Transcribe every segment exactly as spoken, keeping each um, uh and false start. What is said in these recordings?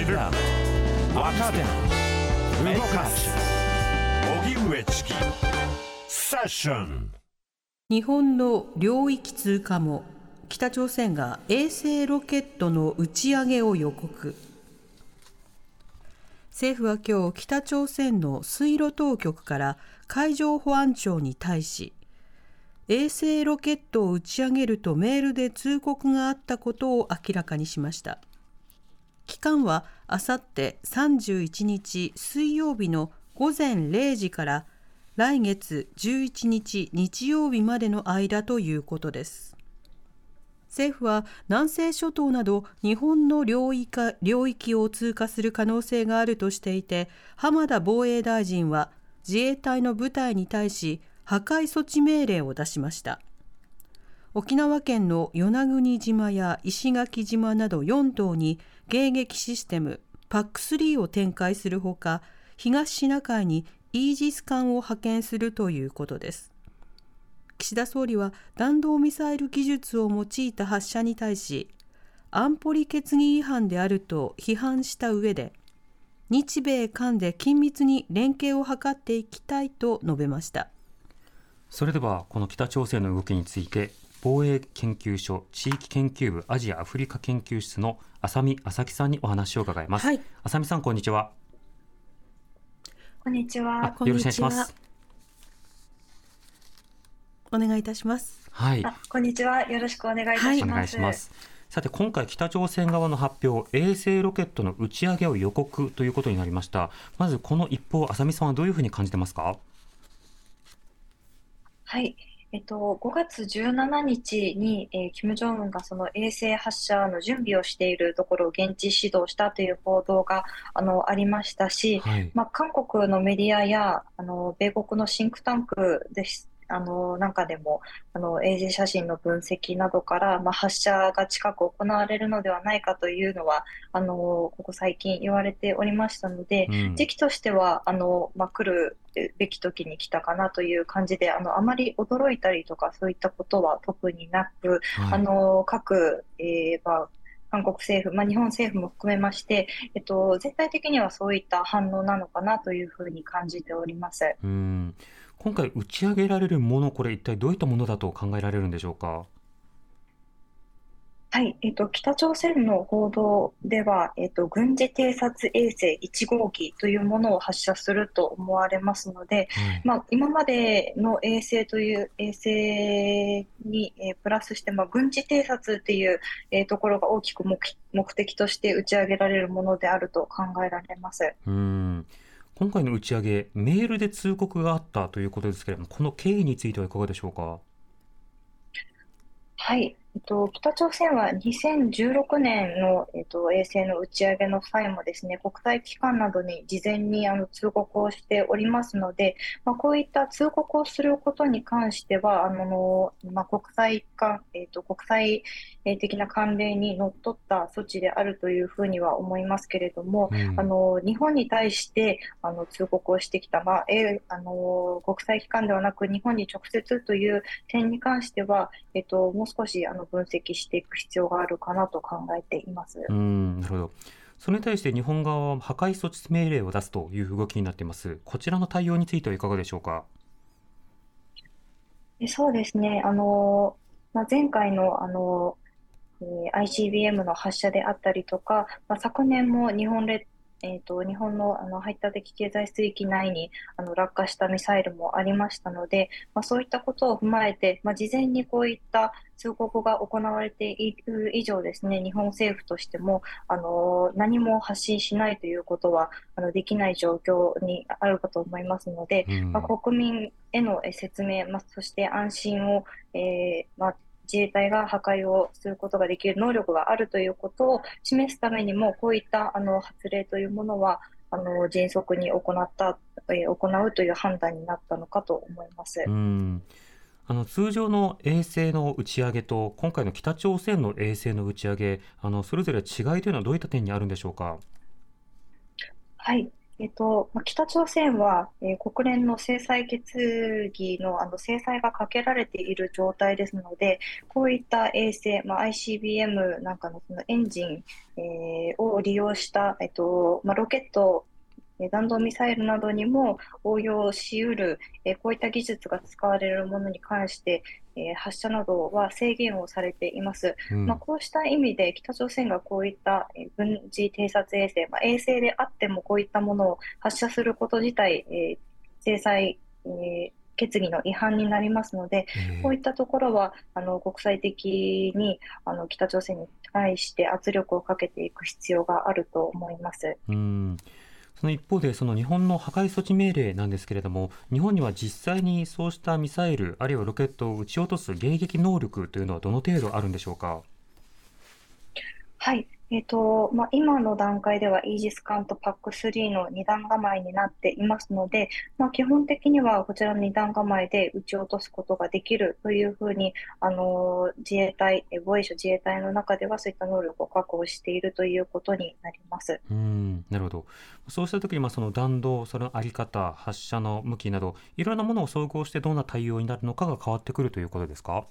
知る若手動かす荻上チキセッション。 日本の領域通過も、北朝鮮が衛星ロケットの打ち上げを予告。政府は今日、北朝鮮の水路当局から海上保安庁に対し、衛星ロケットを打ち上げるとメールで通告があったことを明らかにしました。期間はあさってさんじゅういちにち水曜日のごぜんれいじから来月じゅういちにち日曜日までの間ということです。政府は南西諸島など日本の領域か領域を通過する可能性があるとしていて、浜田防衛大臣は自衛隊の部隊に対し破壊措置命令を出しました。沖縄県の与那国島や石垣島などよんとうに迎撃システム パックスリー を展開するほか、東シナ海にイージス艦を派遣するということです。岸田総理は弾道ミサイル技術を用いた発射に対し、安保理決議違反であると批判した上で、日米韓で緊密に連携を図っていきたいと述べました。 それではこの北朝鮮の動きについて、防衛研究所地域研究部アジアアフリカ研究室の浅見麻紀さんにお話を伺います。はい、浅見さん、こんにちは。 こんにちは。 よろしくお願いします。 お願いいたします。 はい。こんにちは。よろしくお願いいたします。はい、 お願いします。さて、今回北朝鮮側の発表、衛星ロケットの打ち上げを予告ということになりました。まずこの一報、浅見さんはどういうふうに感じてますか？ はい。えっと、ごがつじゅうしちにちに、えー、金正恩がその衛星発射の準備をしているところを現地指導したという報道があのありましたし、はい、まあ、韓国のメディアやあの米国のシンクタンクですあのなんかでもあの衛星写真の分析などから、まあ、発射が近く行われるのではないかというのはあのここ最近言われておりましたので、うん、時期としてはあの、まあ、来るべき時に来たかなという感じで、あのあまり驚いたりとかそういったことは特になく、はい、あの各、えーまあ韓国政府、まあ、日本政府も含めまして、えっと、全体的にはそういった反応なのかなというふうに感じております。 うん、今回打ち上げられるもの、これ一体どういったものだと考えられるんでしょうか？ はい、えっと、北朝鮮の報道では、えっと、軍事偵察衛星いちごうきというものを発射すると思われますので、はい、まあ、今までの衛星という衛星に、えー、プラスして、まあ、軍事偵察っていう、えー、ところが大きく 目, 目的として打ち上げられるものであると考えられます。 うーん、今回の打ち上げ、メールで通告があったということですけれども、この経緯についてはいかがでしょうか？ はい。えっと、北朝鮮はにせんじゅうろくねんの、えっと、衛星の打ち上げの際もですね、国際機関などに事前にあの通告をしておりますので、まあ、こういった通告をすることに関しては、あの、まあ、国際か、えっと、国際的な慣例にのっとった措置であるというふうには思いますけれども、うん、あの、日本に対してあの通告をしてきた、まあ、えあの、国際機関ではなく日本に直接という点に関しては、えっと、もう少しあの分析していく必要があるかなと考えています。 うん、なるほど。それに対して日本側は破壊措置命令を出すという動きになっています。こちらの対応についてはいかがでしょうか？ そうですね。あの、まあ、前回のあの、えー、アイシービーエム の発射であったりとか、まあ、昨年も日本列えっと、日本のあの排他的経済水域内にあの落下したミサイルもありましたので、まあ、そういったことを踏まえて、まあ、事前にこういった通告が行われている以上ですね、日本政府としてもあの何も発信しないということはあのできない状況にあるかと思いますので、うん、まあ、国民への説明、まあ、そして安心を、えーまあ自衛隊が破壊をすることができる能力があるということを示すためにも、こういったあの発令というものはあの迅速に行った、えー、行うという判断になったのかと思います。 うん、あの通常の衛星の打ち上げと今回の北朝鮮の衛星の打ち上げ、あのそれぞれ違いというのはどういった点にあるんでしょうか？ はい。 えっと、まあ北朝鮮は、えー国連の制裁決議の、あの制裁がかけられている状態ですので、こういった衛星、まあ、アイシービーエム なんかのそのエンジン、えーを利用した、えっとまあ、ロケット、えー弾道ミサイルなどにも応用しうる、えーこういった技術が使われるものに関して、えー発射などは制限をされています。まあ、 うん、 こうした意味で北朝鮮がこういった、えー軍事偵察衛星、まあ、衛星であってもこういったものを発射すること自体、えー制裁、えー決議の違反になりますので、こういえったところはあの国際的にあの北朝鮮に対して圧力をかけていく必要があると思います。 ーうんその一方で、その日本の破壊措置命令なんですけれども、日本には実際にそうしたミサイル、あるいはロケットを撃ち落とす迎撃能力というのはどの程度あるんでしょうか。 はい。えっと、まあ、今の段階ではイージス艦とパックスリーのに段構えになっていますので、まあ、基本的にはこちらのに段構えで撃ち落とすことができるというふうに、あの、自衛隊、え防衛省自衛隊の中ではそういった能力を確保しているということになります。 うん、なるほど。そうしたときに、まあ、その弾道、そのあり方、発射の向きなど、いろんなものを総合してどんな対応になるのかが変わってくるということですか。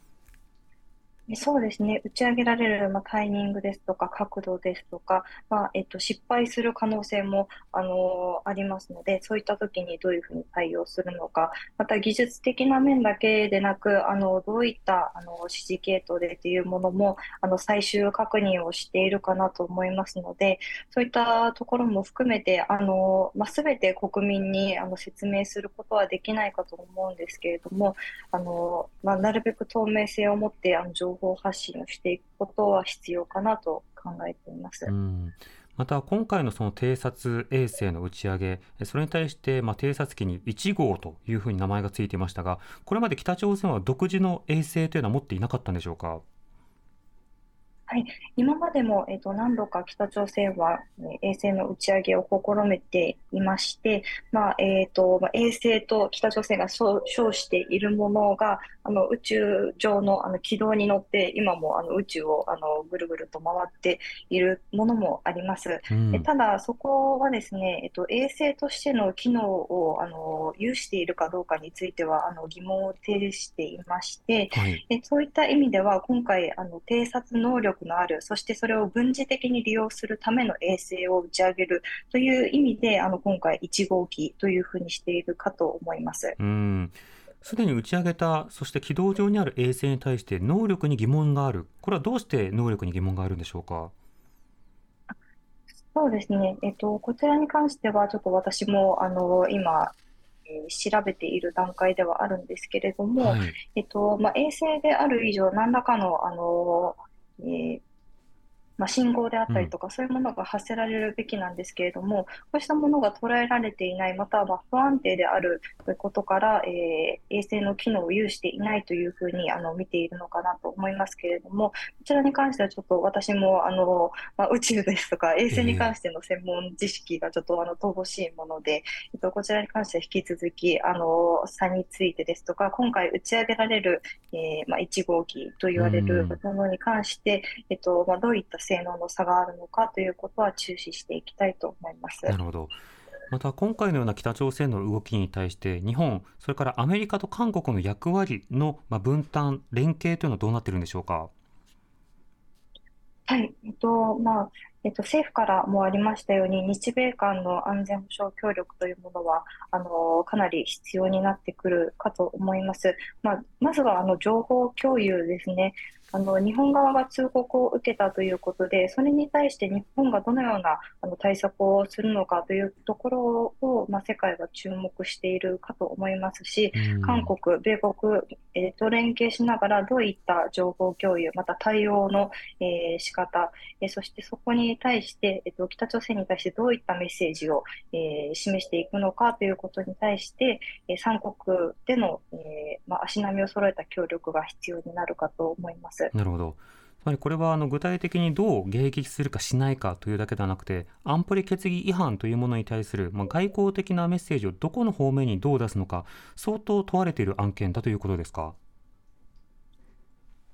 そうですね。打ち上げられる、まあ、タイミングですとか、角度ですとか、まあ、えっと、失敗する可能性も、あのありますので、そういった時にどういうふうに対応するのか、また技術的な面だけでなく、あの、どういった、あの、指示系統でっていうものも、あの、最終確認をしているかなと思いますので、そういったところも含めて、あの、まあ、すべて国民に、あの、説明することはできないかと思うんですけれども、あの、まあ、なるべく透明性を持ってあの情報発信をしていくことは必要かなと考えています。 うん、また今回のその偵察衛星の打ち上げ、それに対して、まあ、偵察機にいち号というふうに名前がついていましたが、これまで北朝鮮は独自の衛星というのは持っていなかったんでしょうか。 はい、今までも、えっと、何度か北朝鮮は、ね衛星の打ち上げを試みていまして、まあえっとまあ、衛星と北朝鮮が称称しているものがあの宇宙上の、あの軌道に乗って今もあの宇宙をあのぐるぐると回っているものもあります。 うん、 えただ、そこはですね、えっと、衛星としての機能をあの有しているかどうかについてはあの疑問を呈していまして、 はい。 えそういった意味では、今回、あの偵察能力のある、そしてそれを軍事的に利用するための衛星を打ち上げるという意味で、あの今回、いち号機というふうにしているかと思います。 うん。すでに打ち上げた、そして軌道上にある衛星に対して能力に疑問がある。これはどうして能力に疑問があるんでしょうか。 そうですね、えっと、こちらに関しては、ちょっと私もあの今、えー調べている段階ではあるんですけれども、 はい。 えっとまあ、衛星である以上、何らかの、あのえーまあ、信号であっうん。 たりとか、そういうものが発せられるべきなんですけれども、こうしたものが捉えられていない、またはまあ不安定であることから、えー衛星の機能を有していないというふうにあの見ているのかなと思いますけれども、こちらに関してはちょっと私もあの、まあ、宇宙ですとか衛星に関ええしての専門知識がちょっとあの乏しいもので、えっと、こちらに関しては引き続きあの差についてですとか、今回打ち上げられる、えーまあ、いち号機と言うわれるん。 ものに関して、えっとまあ、どういった性能の差があるのかということは注視していきたいと思います。 なるほど。また今回のような北朝鮮の動きに対して日本、それからアメリカと韓国の役割の、まあ、分担、連携というのはどうなっているんでしょうか。 はい、えっと、まあ、えっと、政府からもありましたように、日米間の安全保障協力というものは、あの、かなり必要になってくるかと思います。まあ、まずは、あの、情報共有ですね。あの、日本側が通告を受けたということで、それに対して日本がどのようなあの対策をするのかというところを、まあ、世界が注目しているかと思いますし、 うん。 韓国、米国、えーと連携しながらどういった情報共有、また対応の、えー仕方、えーそしてそこに対して、えっと、北朝鮮に対してどういったメッセージを、えー示していくのかということに対して、えー、三国での、えーまあ、足並みを揃えた協力が必要になるかと思います。 なるほど。つまりこれはあの具体的にどう迎撃するかしないかというだけではなくて、安保理決議違反というものに対する、まあ、外交的なメッセージをどこの方面にどう出すのか、相当問われている案件だということですか。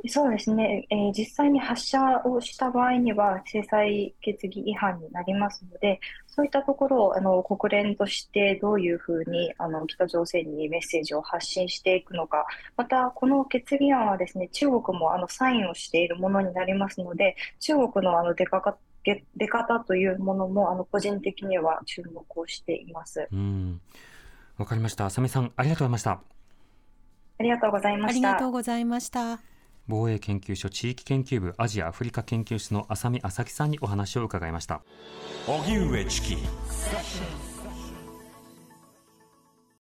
そうですね、えー実際に発射をした場合には制裁決議違反になりますので、そういったところをあの国連としてどういうふうにあの北朝鮮にメッセージを発信していくのか、またこの決議案はですね、中国もあのサインをしているものになりますので、中国のあの出かか出出方というものもあの個人的には注目をしています。 うん、わかりました。浅見さん、ありがとうございました。 ありがとうございまありした。 がとうございました。 防衛研究所地域研究部アジアアフリカ研究室の浅見明咲さんにお話を伺いました。 荻上チキ